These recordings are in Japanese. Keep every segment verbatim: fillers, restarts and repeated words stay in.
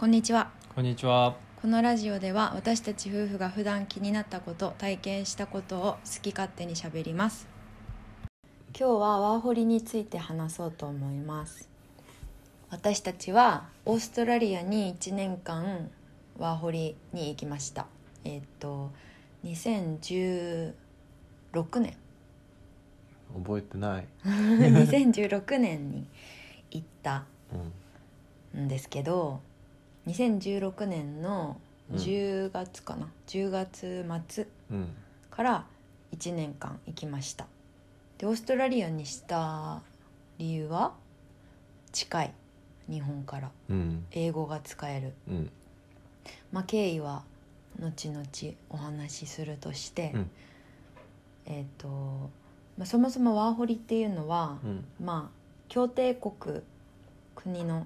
こんにちは。 こんにちは。 このラジオでは私たち夫婦が普段気になったこと、体験したことを好き勝手にしゃべります。今日はワーホリについて話そうと思います。私たちはオーストラリアにいちねんかんワーホリに行きました。えっとにせんじゅうろくねん覚えてないにせんじゅうろくねんに行ったんですけど、にせんじゅうろくねんのじゅうがつかな、うん、じゅうがつ末からいちねんかん行きました。でオーストラリアにした理由は近い、日本から、うん、英語が使える、うん、まあ経緯は後々お話しするとして、うん、えっと、まあ、そもそもワーホリっていうのは、うん、まあ協定国、国の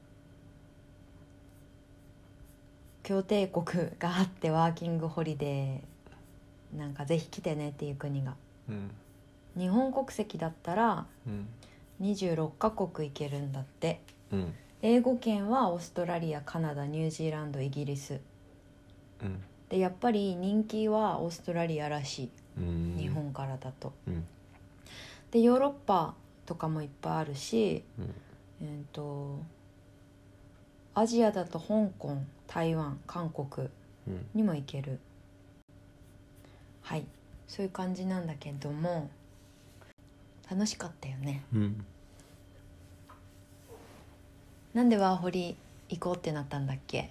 協定国があってワーキングホリデーなんかぜひ来てねっていう国が、うん、日本国籍だったらにじゅうろっかこく行けるんだって、うん、英語圏はオーストラリア、カナダ、ニュージーランド、イギリス、うん、でやっぱり人気はオーストラリアらしい、うん、日本からだと、うん、でヨーロッパとかもいっぱいあるし、うん、えーとアジアだと香港、台湾、韓国にも行ける、うん、はいそういう感じなんだけども楽しかったよね、うん、なんでワーホリ行こうってなったんだっけ？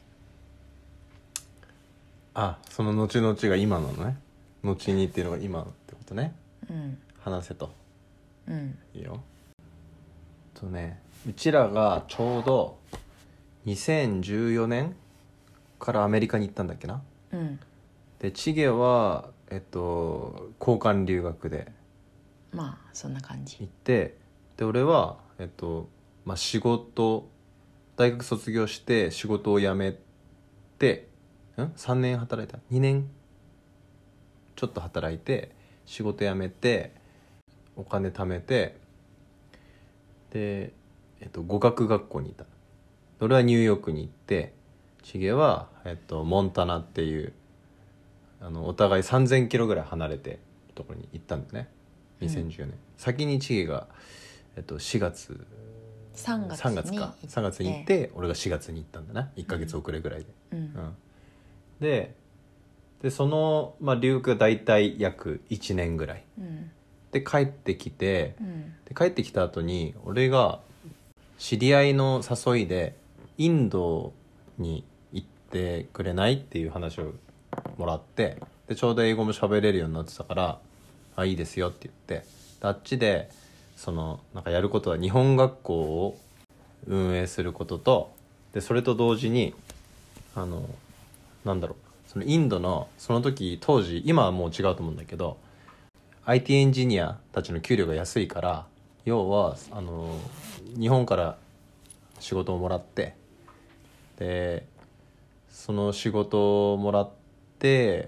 あ、その後々が今なのね。後にっていうのが今ってことね、うん、話せと、うん、いいよとね。うちらがちょうどにせんじゅうよねんからアメリカに行ったんだっけな、うん、でチゲはえっと交換留学でまあそんな感じ行って、で俺はえっと、まあ、仕事大学卒業して仕事を辞めてんさんねん働いたにねんちょっと働いて仕事辞めてお金貯めてで、えっと、語学学校にいた。俺はニューヨークに行って、チゲは、えっと、モンタナっていうあのお互いさんぜんキロぐらい離れてるところに行ったんだね、にせんじゅうねん、うん、先にチゲが、えっと、しがつさんがつさんがつかさんがつに行って俺がしがつに行ったんだな、いっかげつ遅れぐらいで、うんうん、で, でその、まあ、留学が大体約いちねんぐらい、うん、で帰ってきて、うん、で帰ってきた後に俺が知り合いの誘いでインドに行ってくれないっていう話をもらって、でちょうど英語も喋れるようになってたからあいいですよって言って、あっちでそのなんかやることは日本学校を運営することと、でそれと同時にあのなんだろうそのインドのその時当時今はもう違うと思うんだけど アイティー エンジニアたちの給料が安いから、要はあの日本から仕事をもらって、でその仕事をもらって、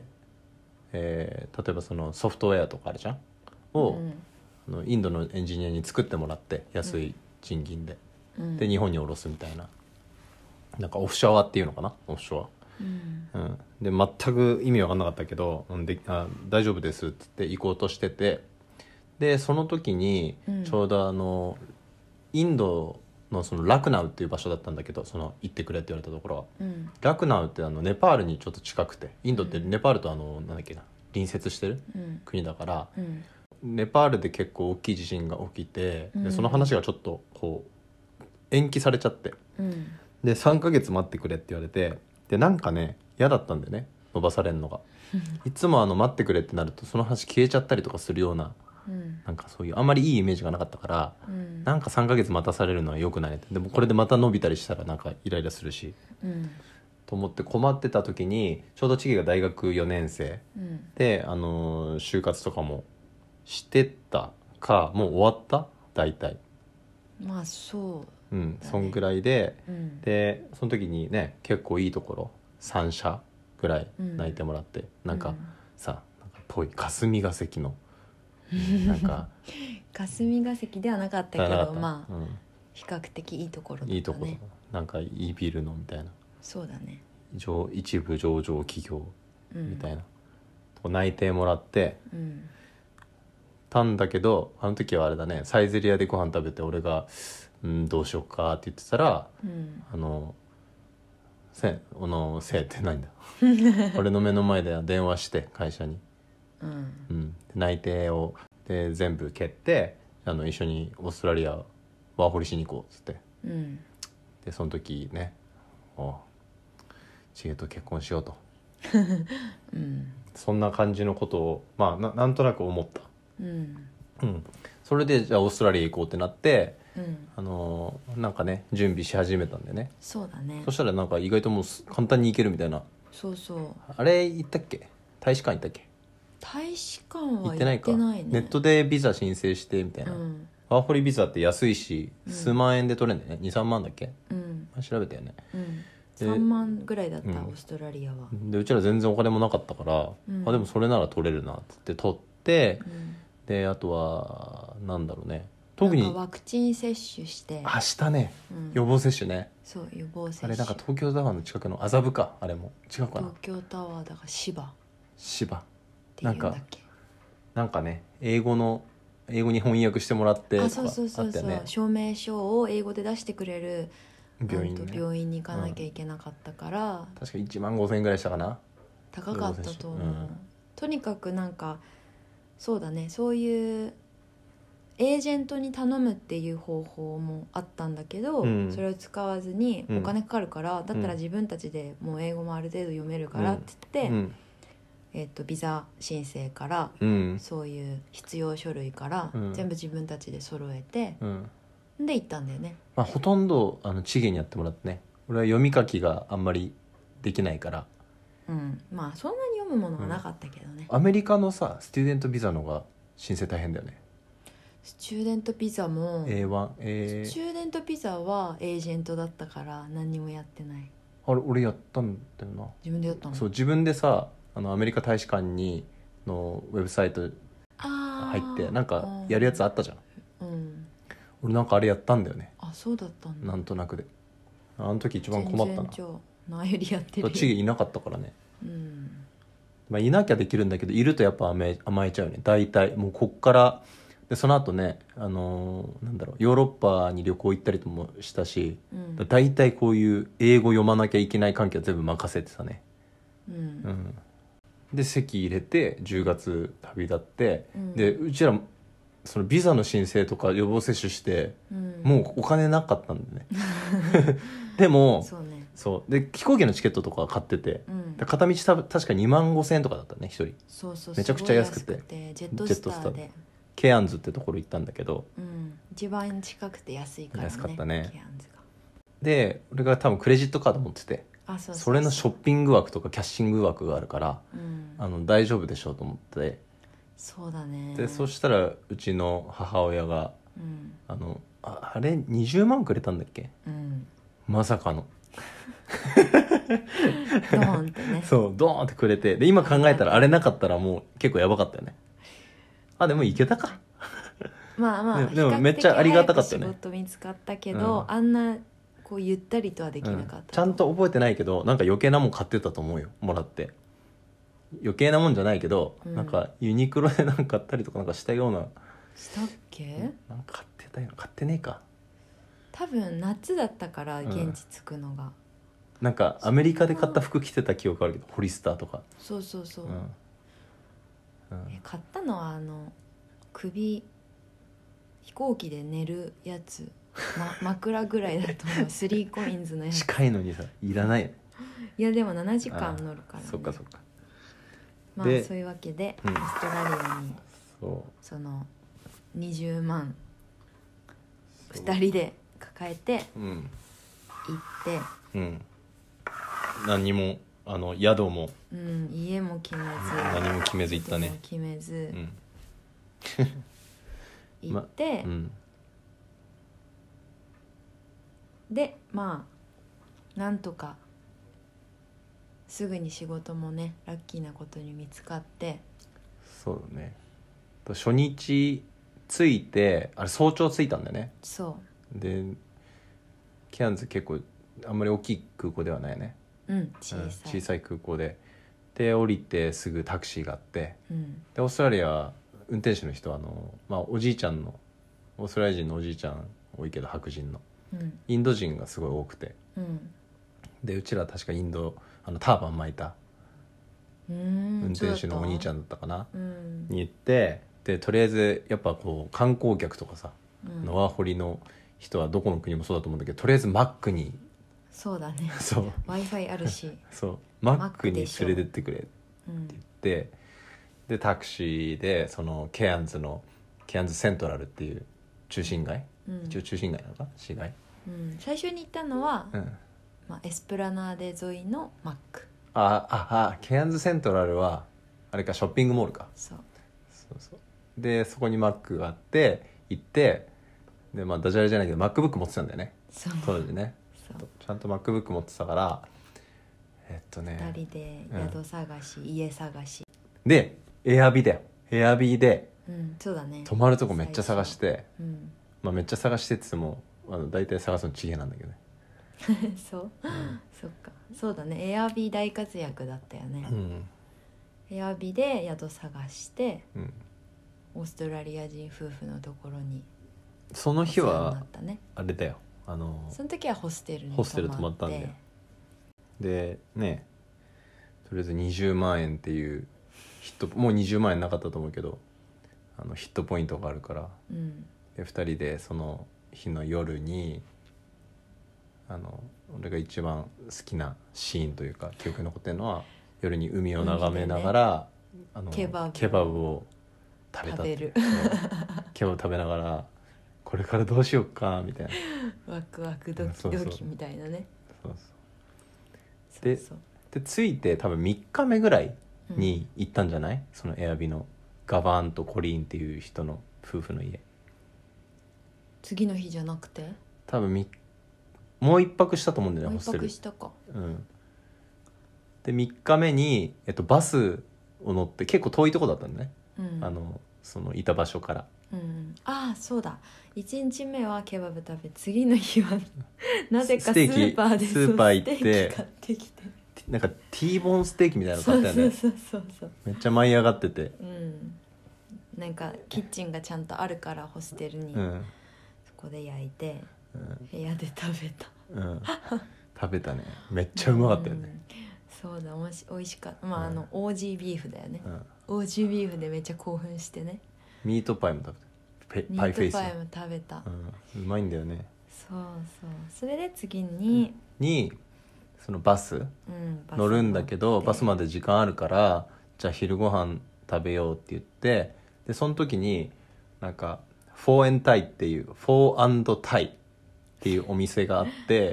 えー、例えばそのソフトウェアとかあるじゃんを、うん、あのインドのエンジニアに作ってもらって安い賃金で、うん、で日本に下ろすみたいな、なんかオフショアっていうのかな、オフショア、うんうん、で全く意味わかんなかったけどであ大丈夫ですって言って行こうとしてて、でその時にちょうどあの、うん、インドのそのラクナウっていう場所だったんだけど、その行ってくれって言われたところは、うん、ラクナウってあのネパールにちょっと近くて、インドってネパールとあのなんだっけな隣接してる国だから、うんうん、ネパールで結構大きい地震が起きて、でその話がちょっとこう延期されちゃって、うん、でさんかげつ待ってくれって言われて、でなんかね嫌だったんだよね、伸ばされるのがいつもあの待ってくれってなるとその話消えちゃったりとかするような、うん、なんかそういうあんまりいいイメージがなかったから、うん、なんかさんかげつ待たされるのは良くないって、でもこれでまた伸びたりしたらなんかイライラするし、うん、と思って困ってた時にちょうどチゲが大学よねん生、うん、で、あのー、就活とかもしてたかもう終わった大体、 まあそう、 ね、うんそんぐらいで、うん、でその時にね結構いいところさん社ぐらい泣いてもらって、うん、なんかさなんかぽい霞が関のなんか霞が関ではなかったけどまあ、うん、比較的いいところだったね。 いいところなんかいいビルのみたいな、 そうだね、 上一部上場企業みたいな、うん、とこ内定もらって、うん、たんだけど、あの時はあれだね、サイゼリヤでご飯食べて俺が、うん、どうしようかって言ってたら、うん、あのせあのせいって何だ俺の目の前で電話して会社に、うんうん、内定をで全部蹴って、あの一緒にオーストラリアワーホリしに行こうっつって、うん、でその時ね、おチゲと結婚しようと、うん、そんな感じのことを、まあ、な, なんとなく思った、うんうん、それでじゃあオーストラリア行こうってなって、うん、あのー、なんかね準備し始めたんでね。 そうだね。 そしたらなんか意外ともう簡単に行けるみたいな。 そうそう。 あれ行ったっけ？大使館行ったっけ？ 大使館は行ってないね。行ってないね。 ネットでビザ申請してみたいな、うん、ワーホリビザって安いし、うん、数万円で取れるんだよね。 にさんまんだっけ、うん、調べたよね、うん、 さんまんぐらいだった、うん、オーストラリアは。 でうちら全然お金もなかったから、うん、あでもそれなら取れるなってって取って、うん、であとはなんだろうね、特になんかワクチン接種してあしたね、うん、予防接種ね。 そう予防接種。 あれなんか東京タワーの近くの麻布か、あれも違うかな。 東京タワーだから芝芝っていうんだっけ。 なんかね英語の英語に翻訳してもらってとかあったよね。 あそうそうそうそう、証明書を英語で出してくれる病院、ね、病院に行かなきゃいけなかったから、 うん、確かいちまんごせんえんぐらいしたかな。 高かったと思う、うん、とにかくなんかそうだね、そういうエージェントに頼むっていう方法もあったんだけど、うん、それを使わずにお金かかるから、うん、だったら自分たちでもう英語もある程度読めるからって言って、うん、えー、とビザ申請から、うん、そういう必要書類から、うん、全部自分たちで揃えて、うん、で行ったんだよね。 まあ、ほとんどあのチゲにやってもらってね。俺は読み書きがあんまりできないから、 うん、まあそんなに読むものはなかったけどね、 うん、アメリカのさスチューデントビザのが申請大変だよね。 スチューデントビザもエーワン、えー、スチューデントビザはエージェントだったから何にもやってない。 あれ俺やったんだよな。 自分でやったの？ そう自分でさ、あのアメリカ大使館にのウェブサイト入ってなんかやるやつあったじゃん、うん、俺なんかあれやったんだよね。 あそうだったんだ。 なんとなくであの時一番困ったな。 全然前よりやってるよ。 チゲいなかったからね、うんまあ、いなきゃできるんだけどいるとやっぱ甘え、甘えちゃうよね大体。もうこっからでその後ね、あのー、なんだろうヨーロッパに旅行行ったりともしたし、うん、大体こういう英語読まなきゃいけない関係は全部任せてたね、うんうん、で籍入れてじゅうがつ旅立って、うん、でうちらそのビザの申請とか予防接種して、うん、もうお金なかったんだねでもそう、ね、そうで飛行機のチケットとか買ってて、うん、片道た確かにまんごせんえんとかだったね一人。 そうそうめちゃくちゃ安くて、 くてジェットスターでケアンズってところ行ったんだけど、 うん、一番近くて安いからね。 安かったね。 ケアンズがで俺が多分クレジットカード持ってて、あそうそうそう、それのショッピング枠とかキャッシング枠があるから、うん、あの大丈夫でしょうと思って。 そうだね。 でそしたらうちの母親が、うん、あの あ, あれにじゅうまんくれたんだっけ、うん、まさかのドーンってね。 そうドーンってくれて、で今考えたらあれなかったらもう結構やばかったよね。あでもいけたかまあまあでもめっちゃありがたかったよね。 仕事見つかったけど、うん、あんなこうゆったりとはできなかった、うん、 ちゃんと覚えてないけどなんか余計なもん買ってたと思うよ。もらって余計なもんじゃないけど、うん、なんかユニクロでなんか買ったりとかなんかしたような。 したっけ？ なんか買ってたよ。買ってねえか。 多分夏だったから現地着くのが、うん、 なんかアメリカで買った服着てた記憶あるけど、ホリスターとか。 そうそうそう、うんうん、え買ったのはあの首飛行機で寝るやつ、ま、枕ぐらいだと思うスリーコインズのやつ。 近いのにさいらないよね。 いやでもななじかん乗るからね。 そっかそっか。 まあそういうわけで、うん、オーストラリアに そ, そのにじゅうまんふたりで抱えて行って、 うんうん、何にもあの宿も、 うん、家も決めず何も決めず行ったね。 決めず、うん、行って、まうん、でまあなんとかすぐに仕事もねラッキーなことに見つかって。 そうだね。初日着いてあれ早朝着いたんだよね。 そうでケアンズ結構あんまり大きい空港ではないね、 うん小さい、うん、 小さい空港でで降りてすぐタクシーがあって、 うん、 でオーストラリア運転手の人はあの、まあ、おじいちゃんのオーストラリア人のおじいちゃん多いけど白人の、 うん、 インド人がすごい多くて、 うん、 でうちらは確かインドあのターバン巻いた運転手のお兄ちゃんだったかな、 うん、 に行ってでとりあえずやっぱこう観光客とかさ、うん、ノワホリの人はどこの国もそうだと思うんだけどとりあえずマックにそうだねそうワイファイ あるしそうマックに連れてってくれって言って、うん、でタクシーでそのケアンズのケアンズセントラルっていう中心街、うん、一応中心街なのか市街、 うん、最初に行ったのは、うんまあ、エスプラナーデ沿いのマック。 あああケアンズセントラルはあれかショッピングモールか。 そうそうそうでそこにマックがあって行ってで、まあ、ダジャレじゃないけど MacBook 持ってたんだよねそう当時ね。そうちゃんと MacBook 持ってたからえっとねふたりで宿探し、うん、家探しでエアビだよエアビで、 うん、そうだね泊まるとこめっちゃ探して、 うんまあ、めっちゃ探してって言ってもあの大体探すのちげえなんだけどねそう、うん、そっかそうだねエアビー大活躍だったよね、うん、エアビーで宿探して、うん、オーストラリア人夫婦のところにその日はあれだよあのその時はホステルに泊まってホステル泊まったんだよでねとりあえずにじゅうまんえんっていうヒットもうにじゅうまんえんなかったと思うけどあのヒットポイントがあるから、うん、でふたりでその日の夜にあの俺が一番好きなシーンというか記憶に残ってるのは夜に海を眺めながら、ね、あのケバブ、ケバブを食べた食べるケバブ食べながらこれからどうしようかみたいなワクワクドキドキみたいなね。 そうそうでそうそうで着いて多分みっかめぐらいに行ったんじゃない、うん、そのエアビのガバーンとコリーンっていう人の夫婦の家。 次の日じゃなくて多分みもう一泊したと思うんだよねホステル。 もう一泊したか、 うん、でみっかめに、えっと、バスを乗って結構遠いとこだったんだね、うん、あのそのいた場所から、 うん、ああそうだいちにちめはケバブ食べ次の日はなぜかスーパーでスーパー行って買ってきてなんかティーボーンステーキみたいなの買ったよね。 そうそうそうそうめっちゃ舞い上がってて、 うん、なんかキッチンがちゃんとあるからホステルに、うん、そこで焼いて、うん、部屋で食べた、うん、 食べたねめっちゃうまかったよね、 うん、そうだおいし、おいしかったまあ、うん、あの オージー ビーフだよね、うん、オージー ビーフでめっちゃ興奮してね。 ミートパイも食べたパイフェイスミートパイも食べた、 うん、うまいんだよね。 そうそうそれで次に、 うん、にそのバス、うん、乗るんだけどバスまで時間あるからじゃあ昼ご飯食べようって言ってでその時になんかフォーエンタイっていうフォーアンドタイっていうお店があって、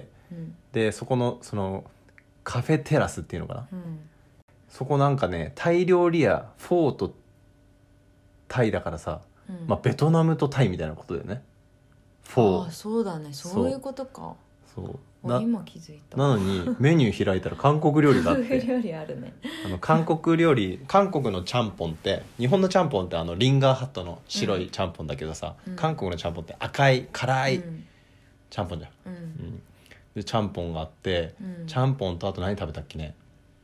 うん、でそこのそのカフェテラスっていうのかな、うん、そこなんかねタイ料理屋フォーとタイだからさ、うんまあ、ベトナムとタイみたいなことだよね。 フォーあそうだねそういうことか。 そう今気づいた。 なのにメニュー開いたら韓国料理があって韓国料理あるね。 あの韓国料理韓国のちゃんぽんって日本のちゃんぽんってあのリンガーハットの白いちゃんぽんだけどさ、うん、韓国のちゃんぽんって赤い辛いちゃんぽんじゃん、うんうん、でちゃんぽんがあって、うん、ちゃんぽんとあと何食べたっけね。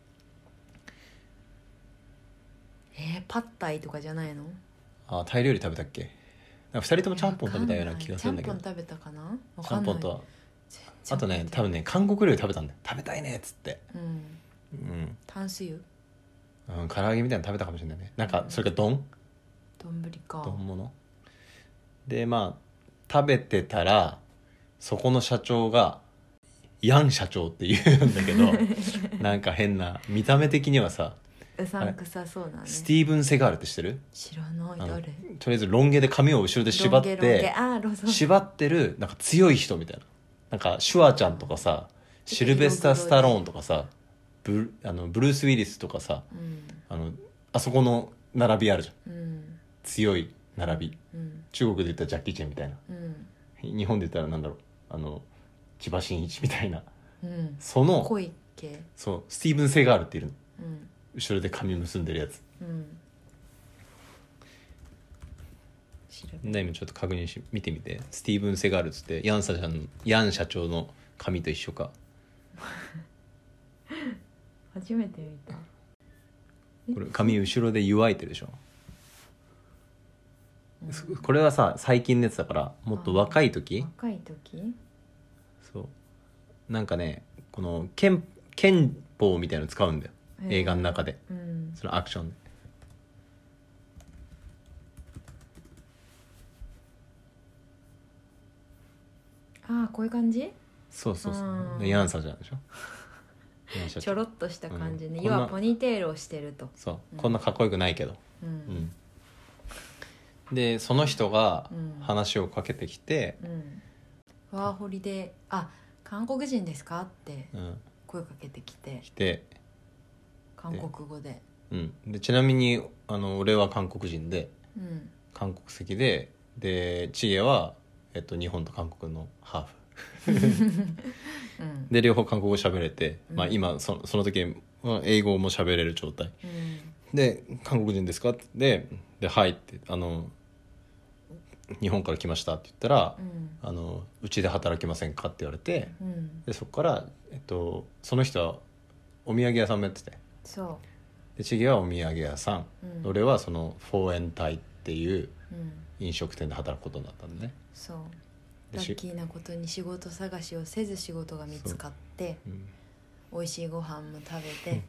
えー、パッタイとかじゃないの。 あタイ料理食べたっけ。なんかふたりともちゃんぽん食べたような気がするんだけど。 ちゃんぽん食べたかな。 ちゃんぽんとはあとね多分ね韓国料理食べたんだよ。食べたいねっつって、うんうん、 タンスユ、 うん、唐揚げみたいなの食べたかもしれないね。なんかそれか丼丼か丼物でまあ食べてたらそこの社長がヤン社長って言うんだけどなんか変な見た目的にはさうさんくさそうなね。 スティーブン・セガールって知ってる。 知らない誰。 とりあえずロン毛で髪を後ろで縛ってロン毛ロン毛あ縛ってるなんか強い人みたいな。なんかシュワちゃんとかさシルベスター・スタローンとかさ ブ, あのブルース・ウィリスとかさ、うん、あのあそこの並びあるじゃん、うん、強い並び、うん、中国で言ったらジャッキー・チェンみたいな、うん、日本で言ったらなんだろうあの千葉真一みたいな、うん、その濃い系そうスティーブン・セガールっているの、うん、後ろで髪結んでるやつ、うんね、今ちょっと確認し見てみてスティーブン・セガールっつってヤンサちゃんヤン社長の髪と一緒か初めて見た。 これ髪後ろで湯わいてるでしょ、うん、これはさ最近のやつだからもっと若い時若い時そうなんかねこの剣剣法みたいなの使うんだよ映画の中で、うん、そのアクションでああこういう感じそうそうそうヤンサじゃんでしょちょろっとした感じね、うん、要はポニーテールをしてるとそう、うん、こんなかっこよくないけど、うんうん、でその人が話をかけてきて、 うん、ワーホリであ韓国人ですかって声かけてきて、うん、 来て韓国語で、 うん、でちなみにあの俺は韓国人で、うん、韓国籍ででチゲは、えっと、日本と韓国のハーフうん、で両方韓国語喋れて、うんまあ、今その、その時英語も喋れる状態、うん、で韓国人ですかってでではいってあの日本から来ましたって言ったら、うん、あのうちで働きませんかって言われて、うん、でそこから、えっと、その人はお土産屋さんもやっててそうでチゲはお土産屋さん、うん、俺はそのフォーエンタイっていう飲食店で働くことになったんでねそうラッキーなことに仕事探しをせず仕事が見つかって、うん、美味しいご飯も食べて、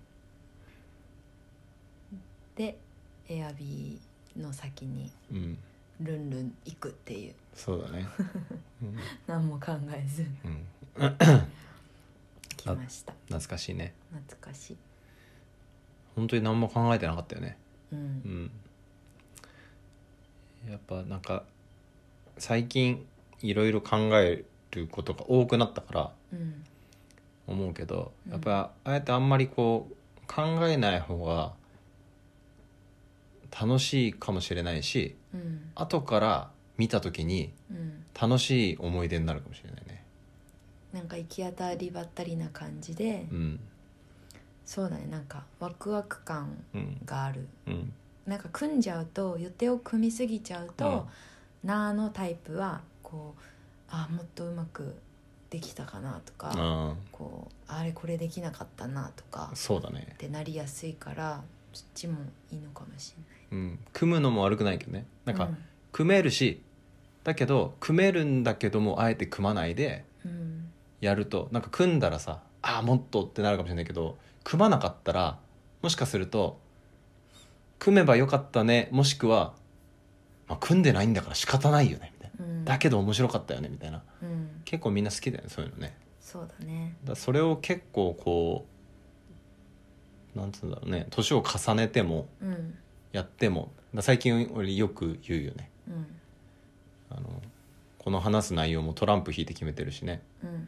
うん、でエアビーの先にルンルン行くっていう、 うん、そうだね、 うん、何も考えず、うん、来ました。 懐かしいね。 懐かしい。 本当に何も考えてなかったよね、うん、うん、やっぱなんか最近いろいろ考えることが多くなったから思うけど、うん、やっぱああやってあんまりこう考えない方が楽しいかもしれないし、うん、後から見た時に楽しい思い出になるかもしれないね、 うん、なんか行き当たりばったりな感じで、うん、そうだねなんかワクワク感がある、うんうん、なんか組んじゃうと予定を組みすぎちゃうと、うん、なーのタイプはこうあもっとうまくできたかなとか、あこうあれこれできなかったなとかそうだねってなりやすいからそっちもいいのかもしれない、うん、組むのも悪くないけどねなんか、うん、組めるしだけど組めるんだけどもあえて組まないでやると、うん、なんか組んだらさあもっとってなるかもしれないけど組まなかったらもしかすると組めばよかったねもしくは、まあ、組んでないんだから仕方ないよねうん、だけど面白かったよねみたいな、うん、結構みんな好きだよねそういうのね。 そうだね。 だそれを結構こうなんつうんだろうね年を重ねても、うん、やってもだ最近俺よく言うよね、うん、あのこの話す内容もトランプ引いて決めてるしね、うんうん、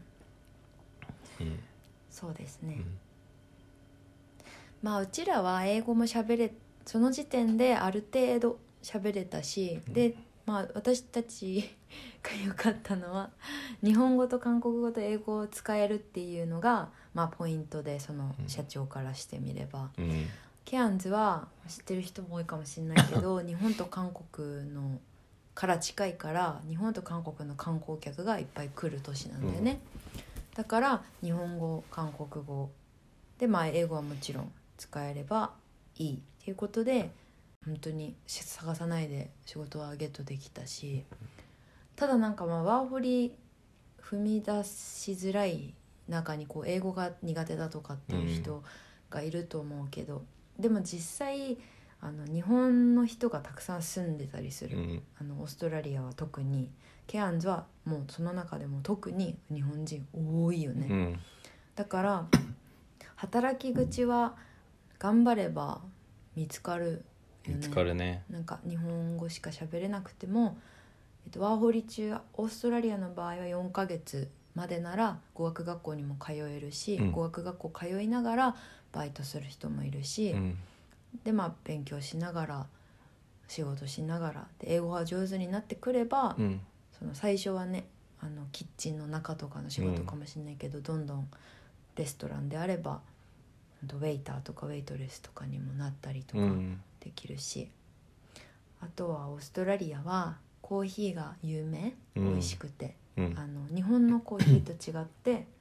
そうですね、うん、まあうちらは英語も喋れその時点である程度喋れたし、うん、でまあ、私たちが良かったのは日本語と韓国語と英語を使えるっていうのが、まあ、ポイントでその社長からしてみれば、うん、ケアンズは知ってる人も多いかもしれないけど日本と韓国のから近いから日本と韓国の観光客がいっぱい来る都市なんだよね、うん、だから日本語韓国語で、まあ、英語はもちろん使えればいいっていうことで本当に探さないで仕事はゲットできたし、ただなんかまあワーホリ踏み出しづらい中にこう英語が苦手だとかっていう人がいると思うけど、うん、でも実際あの日本の人がたくさん住んでたりする、うん、あのオーストラリアは特にケアンズはもうその中でも特に日本人多いよね、うん、だから働き口は頑張れば見つかる見つかるね。 なんか日本語しか喋れなくても、えっと、ワーホリ中オーストラリアの場合はよんかげつまでなら語学学校にも通えるし、うん、語学学校通いながらバイトする人もいるし、うん、でまあ勉強しながら仕事しながらで英語が上手になってくれば、うん、その最初はねあのキッチンの中とかの仕事かもしれないけど、うん、どんどんレストランであればウェイターとかウェイトレスとかにもなったりとか、うんできるし、あとはオーストラリアはコーヒーが有名、うん、美味しくて、うん、あの日本のコーヒーと違って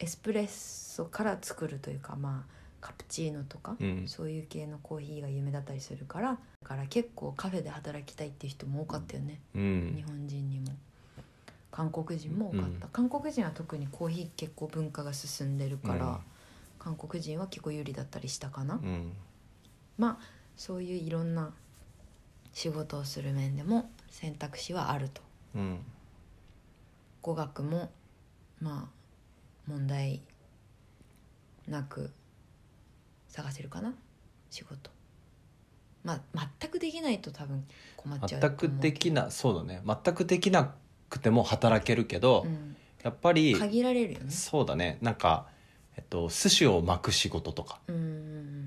エスプレッソから作るというか、まあカプチーノとか、 うん、 そういう系のコーヒーが有名だったりするから、だから結構カフェで働きたいっていう人も多かったよね、 うん、 日本人にも韓国人も多かった、うん、韓国人は特にコーヒー結構文化が進んでるから、うん、韓国人は結構有利だったりしたかな、うん、まあそういういろんな仕事をする面でも選択肢はあると、うん、語学もまあ問題なく探せるかな、仕事。まあ全くできないと多分困っちゃうと思うけど。 全くできなそうだね全くできなくても働けるけど、うん、やっぱり限られるよね。 そうだね、なんか、えっと、寿司を巻く仕事とか、うん、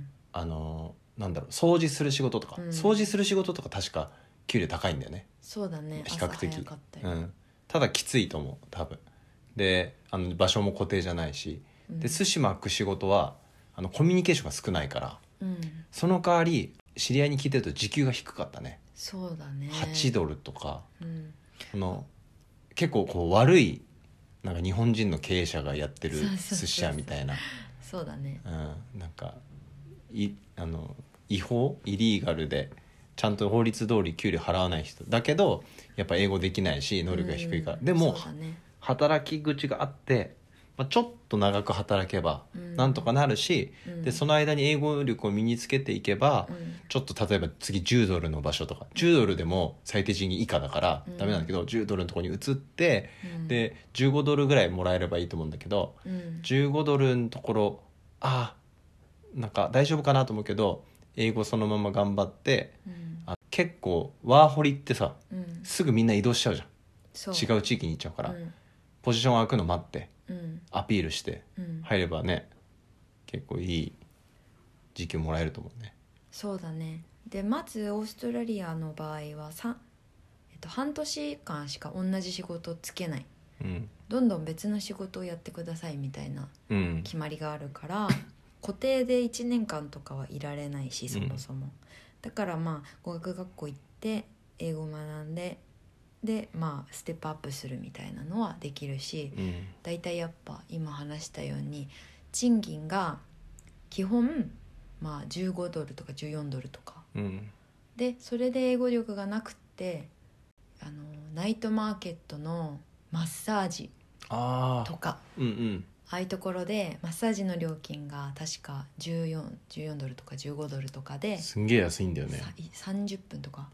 あのなんだろう掃除する仕事とか、うん、掃除する仕事とか確か給料高いんだよね。 そうだね、 比較的朝早かったり、 うん、ただきついと思う多分で、あの場所も固定じゃないし、うん、で寿司巻く仕事はあのコミュニケーションが少ないから、うん、その代わり知り合いに聞いてると時給が低かったね。 そうだね、 はちドルとか、うん、あの結構こう悪いなんか日本人の経営者がやってる寿司屋みたいな、 そうだね、 うん、なんかいあの違法イリーガルでちゃんと法律通り給料払わない人だけどやっぱ英語できないし能力が低いから、うん、でも、ね、働き口があって、まあ、ちょっと長く働けばなんとかなるし、うん、でその間に英語力を身につけていけば、うん、ちょっと例えば次じゅうドルの場所とかじゅうドルでも最低賃金以下だからダメなんだけど、うん、じゅうドルのところに移って、うん、でじゅうごドルぐらいもらえればいいと思うんだけど、うん、じゅうごドルのところあなんか大丈夫かなと思うけど英語そのまま頑張って、うん、あ結構ワーホリってさ、うん、すぐみんな移動しちゃうじゃん。違う地域に行っちゃうから、うん、ポジション空くの待って、うん、アピールして入ればね、結構いい時給もらえると思うね。 そうだね。でまずオーストラリアの場合はさ、えっと、半年間しか同じ仕事をつけない、うん、どんどん別の仕事をやってくださいみたいな決まりがあるから、うん、固定でいちねんかんとかはいられないしそもそも、うん、だからまあ語学学校行って英語を学んででまあステップアップするみたいなのはできるし、うん、だいたいやっぱ今話したように賃金が基本まあじゅうごドルとかじゅうよんドルとか、うん、でそれで英語力がなくってあのナイトマーケットのマッサージとか あ,、うんうん、ああいうところでマッサージの料金が確かじゅうよん、じゅうよんドルとかじゅうごドルとかですんげえ安いんだよね。 さんじゅっぷんとか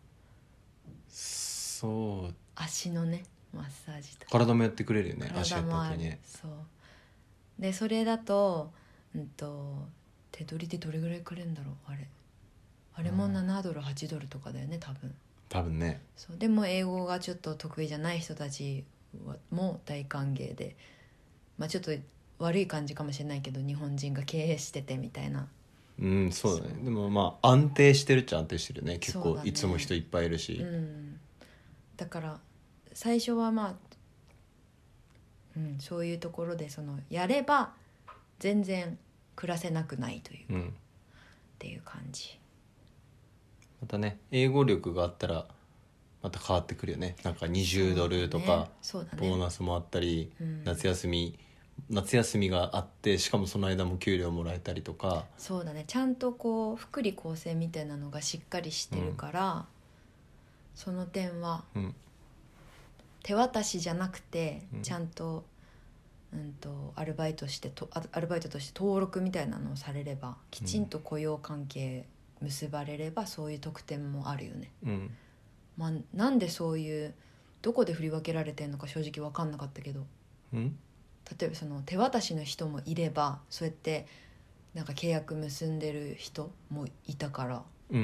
そう足のねマッサージとか体もやってくれるよね。足やった時ね。 そうでそれだと、うんと手取りでどれぐらいくれるんだろうあれあれもななドルはちドルとかだよね多分多分ね。 そうでも英語がちょっと得意じゃない人たちも大歓迎で、まあ、ちょっと悪い感じかもしれないけど日本人が経営しててみたいな。 うんそうだね。でもまあ安定してるっちゃ安定してるよね。結構いつも人いっぱいいるし、 うん、だから最初はまあ、うん、そういうところでそのやれば全然暮らせなくないというか、うん、っていう感じ。 またね英語力があったらまた変わってくるよね。なんかにじゅうドルとか、 そうだね、 ボーナスもあったり、うん、夏休み夏休みがあってしかもその間も給料もらえたりとか。 そうだね、ちゃんとこう福利厚生みたいなのがしっかりしてるから、うん、その点は、うん、手渡しじゃなくてちゃんと、うんうん、とアルバイトしてとアルバイトとして登録みたいなのをされればきちんと雇用関係結ばれればそういう特典もあるよね、うんまあ、なんでそういうどこで振り分けられてるのか正直分かんなかったけど、うん、例えばその手渡しの人もいればそうやってなんか契約結んでる人もいたから、うん、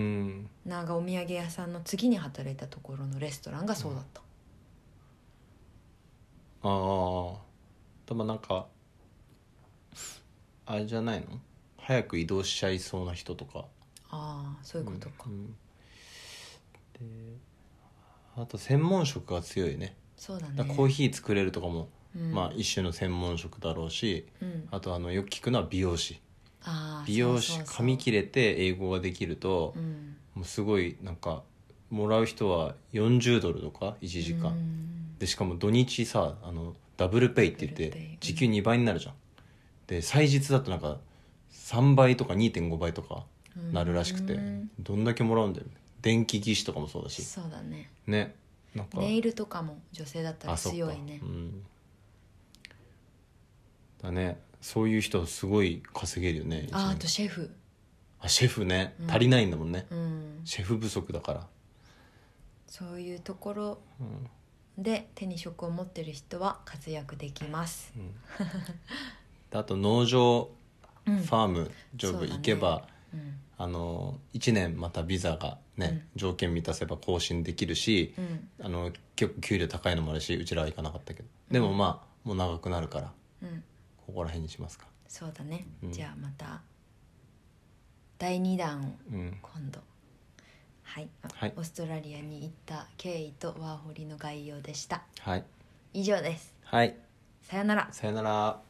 なんかお土産屋さんの次に働いたところのレストランがそうだった、 うん、ああでもなんかあれじゃないの早く移動しちゃいそうな人とか。 ああそういうことか、うんうん、 であと専門職が強いね。 そうだね。 だコーヒー作れるとかも、うん、まあ一種の専門職だろうし、うん、あとあのよく聞くのは美容師。あ美容師そうそうそう髪切れて英語ができると、うん、もうすごいなんかもらう人はよんじゅうドルとかいちじかん、うん、でしかも土日さあのダブルペイって言って時給にばいになるじゃん、 で祭日だとなんかさんばいとか にてんご 倍とかなるらしくて、どんだけもらうんだよね。電気技師とかもそうだし。 そうだね。 ね、なんかネイルとかも女性だったら強いね。 うん、だね。そういう人すごい稼げるよね。 あ、あとシェフ。 あ、シェフね、うん、足りないんだもんね、 うん、 シェフ不足だから。 そういうところで手に職を持ってる人は活躍できます、うん、 あと農場、うん、ファームジョブ行けば、ね、うん、あのいちねんまたビザがね、うん、条件満たせば更新できるし、うん、あの結構給料高いのもあるし、うちらは行かなかったけど、でもまあもう長くなるから、うん、ここら辺にしますか。 そうだね、うん、じゃあまただいにだんを今度、うん、はい、はい、オーストラリアに行った経緯とワーホリの概要でした。 はい、 以上です。 はい、 さよなら。 さよなら。